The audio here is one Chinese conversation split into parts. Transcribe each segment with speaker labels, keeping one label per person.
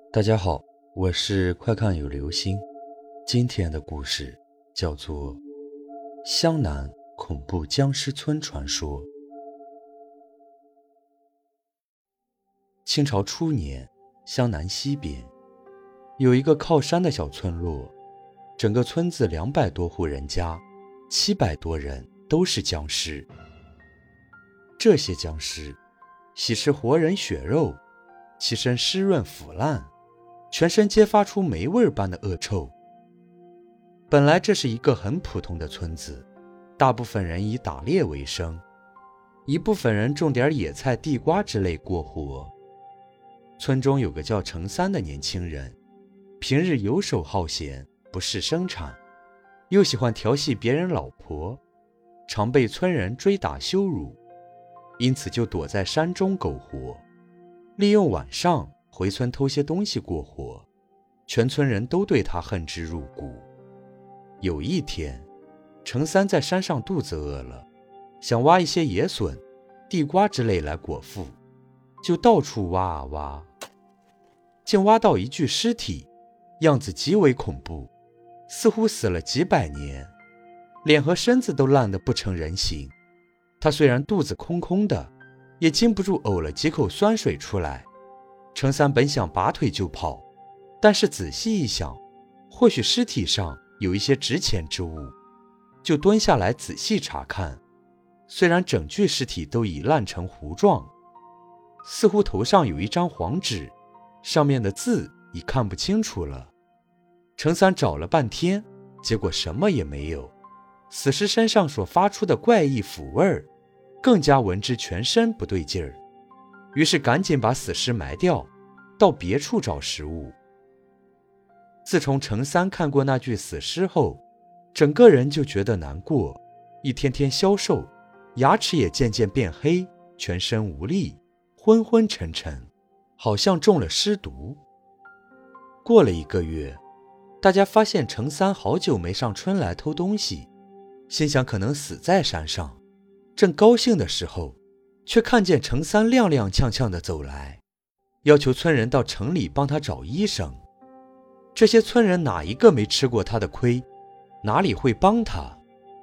Speaker 1: 大家好，我是快看有流星。今天的故事叫做湘南恐怖僵尸村传说。清朝初年，湘南西边有一个靠山的小村落，整个村子200多户人家，700多人都是僵尸。这些僵尸喜吃活人血肉，其身湿润腐烂，全身皆发出霉味般的恶臭。本来这是一个很普通的村子，大部分人以打猎为生，一部分人种点野菜地瓜之类过活。村中有个叫程三的年轻人，平日游手好闲，不事生产，又喜欢调戏别人老婆，常被村人追打羞辱，因此就躲在山中苟活，利用晚上回村偷些东西过活，全村人都对他恨之入骨。有一天，程三在山上肚子饿了，想挖一些野笋、地瓜之类来果腹，就到处挖啊挖，竟挖到一具尸体，样子极为恐怖，似乎死了几百年，脸和身子都烂得不成人形。他虽然肚子空空的，也禁不住呕了几口酸水出来。程三本想拔腿就跑，但是仔细一想，或许尸体上有一些值钱之物，就蹲下来仔细查看。虽然整具尸体都已烂成糊状，似乎头上有一张黄纸，上面的字已看不清楚了。程三找了半天，结果什么也没有。死尸身上所发出的怪异腐味儿，更加闻之全身不对劲儿，于是赶紧把死尸埋掉，到别处找食物。自从程三看过那具死尸后，整个人就觉得难过，一天天消瘦，牙齿也渐渐变黑，全身无力，昏昏沉沉，好像中了尸毒。过了1个月，大家发现程三好久没上村来偷东西，心想可能死在山上。正高兴的时候，却看见程三踉踉跄跄地走来，要求村人到城里帮他找医生。这些村人哪一个没吃过他的亏，哪里会帮他？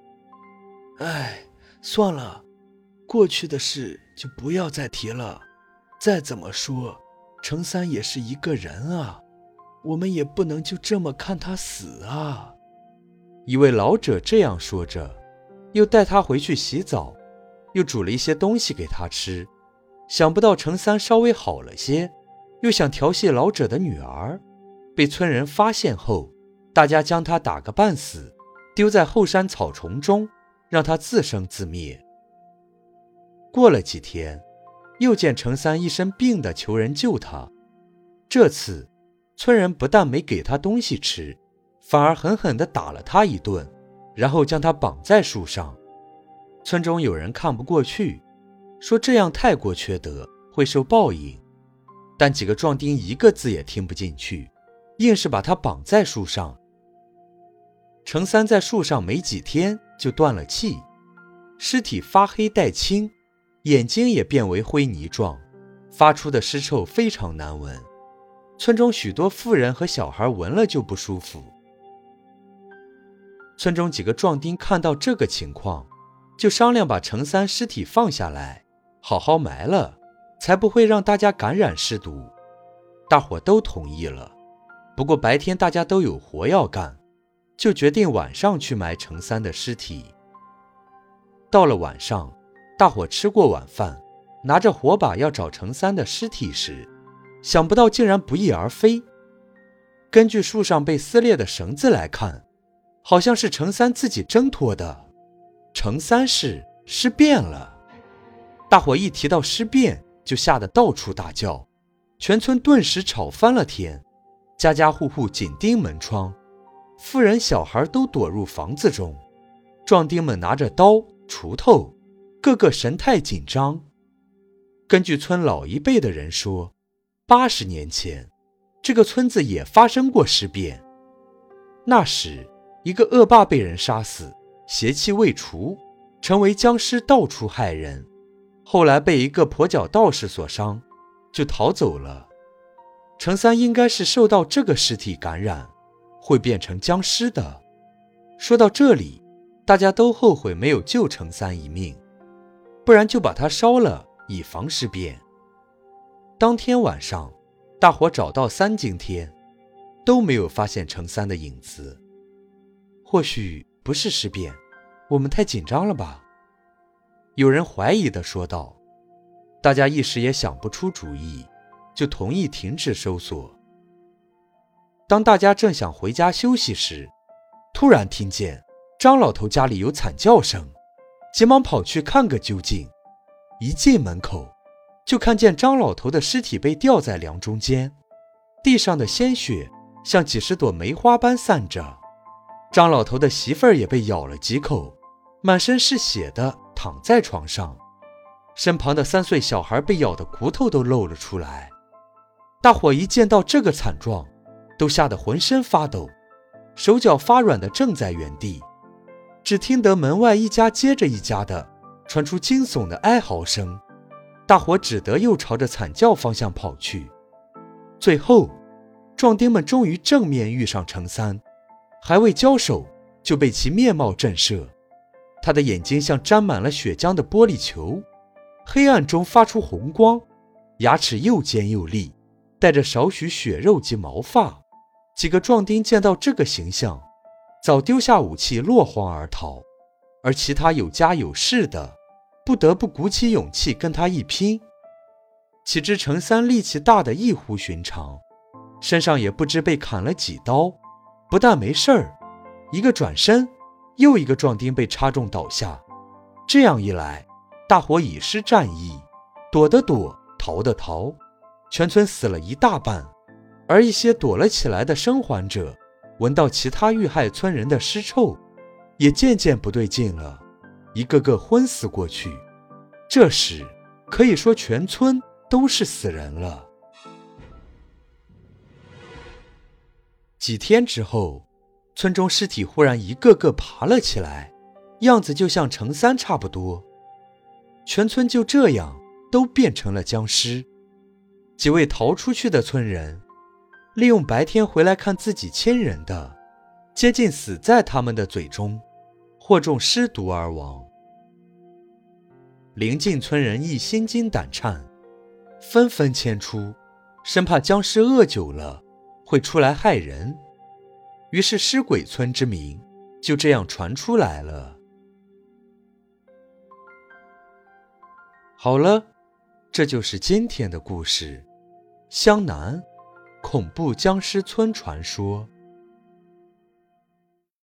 Speaker 2: 算了，过去的事就不要再提了。再怎么说，程三也是一个人啊，我们也不能就这么看他死啊。
Speaker 1: 一位老者这样说着，又带他回去洗澡，又煮了一些东西给他吃。想不到程三稍微好了些，又想调戏老者的女儿，被村人发现后，大家将他打个半死，丢在后山草丛中，让他自生自灭。过了几天，又见程三一身病的求人救他。这次村人不但没给他东西吃，反而狠狠地打了他一顿，然后将他绑在树上。村中有人看不过去，说这样太过缺德，会受报应，但几个壮丁一个字也听不进去，硬是把他绑在树上。程三在树上没几天就断了气，尸体发黑带青，眼睛也变为灰泥状，发出的尸臭非常难闻。村中许多妇人和小孩闻了就不舒服。村中几个壮丁看到这个情况，就商量把程三尸体放下来，好好埋了，才不会让大家感染尸毒。大伙都同意了，不过白天大家都有活要干，就决定晚上去埋程三的尸体。到了晚上，大伙吃过晚饭，拿着火把要找程三的尸体时，想不到竟然不翼而飞。根据树上被撕裂的绳子来看，好像是程三自己挣脱的。程三尸变了。大伙一提到尸变，就吓得到处大叫，全村顿时吵翻了天，家家户户紧盯门窗，妇人小孩都躲入房子中，壮丁们拿着刀锄头，个个神态紧张。根据村老一辈的人说，80年前这个村子也发生过尸变。那时一个恶霸被人杀死，邪气未除，成为僵尸到处害人，后来被一个跛脚道士所伤，就逃走了。 程三应该是受到这个尸体感染，会变成僵尸的。说到这里，大家都后悔没有救程三一命，不然就把他烧了，以防尸变。当天晚上，大伙找到三更天，都没有发现程三的影子。或许不是尸变，我们太紧张了吧？有人怀疑地说道。大家一时也想不出主意，就同意停止搜索。当大家正想回家休息时，突然听见张老头家里有惨叫声，急忙跑去看个究竟。一进门口，就看见张老头的尸体被吊在梁中间，地上的鲜血像几十朵梅花般散着。张老头的媳妇儿也被咬了几口，满身是血的躺在床上，身旁的3岁小孩被咬的骨头都露了出来。大伙一见到这个惨状，都吓得浑身发抖，手脚发软的正在原地。只听得门外一家接着一家的传出惊悚的哀嚎声，大伙只得又朝着惨叫方向跑去。最后，壮丁们终于正面遇上程三，还未交手就被其面貌震慑。他的眼睛像沾满了血浆的玻璃球，黑暗中发出红光，牙齿又尖又利，带着少许血肉及毛发。几个壮丁见到这个形象，早丢下武器落荒而逃，而其他有家有室的不得不鼓起勇气跟他一拼。岂知程三力气大得异乎寻常，身上也不知被砍了几刀，不但没事儿，一个转身，又一个壮丁被插中倒下。这样一来，大伙已失战意，躲的躲，逃的逃，全村死了一大半。而一些躲了起来的生还者，闻到其他遇害村人的尸臭，也渐渐不对劲了，一个个昏死过去。这时可以说全村都是死人了。几天之后，村中尸体忽然一个个爬了起来，样子就像程三差不多。全村就这样都变成了僵尸。几位逃出去的村人利用白天回来看自己亲人的，接近死在他们的嘴中，或中尸毒而亡。邻近村人亦心惊胆颤，纷纷迁出，生怕僵尸饿久了会出来害人。于是尸鬼村之名就这样传出来了。好了，这就是今天的故事，湘南恐怖僵尸村传说。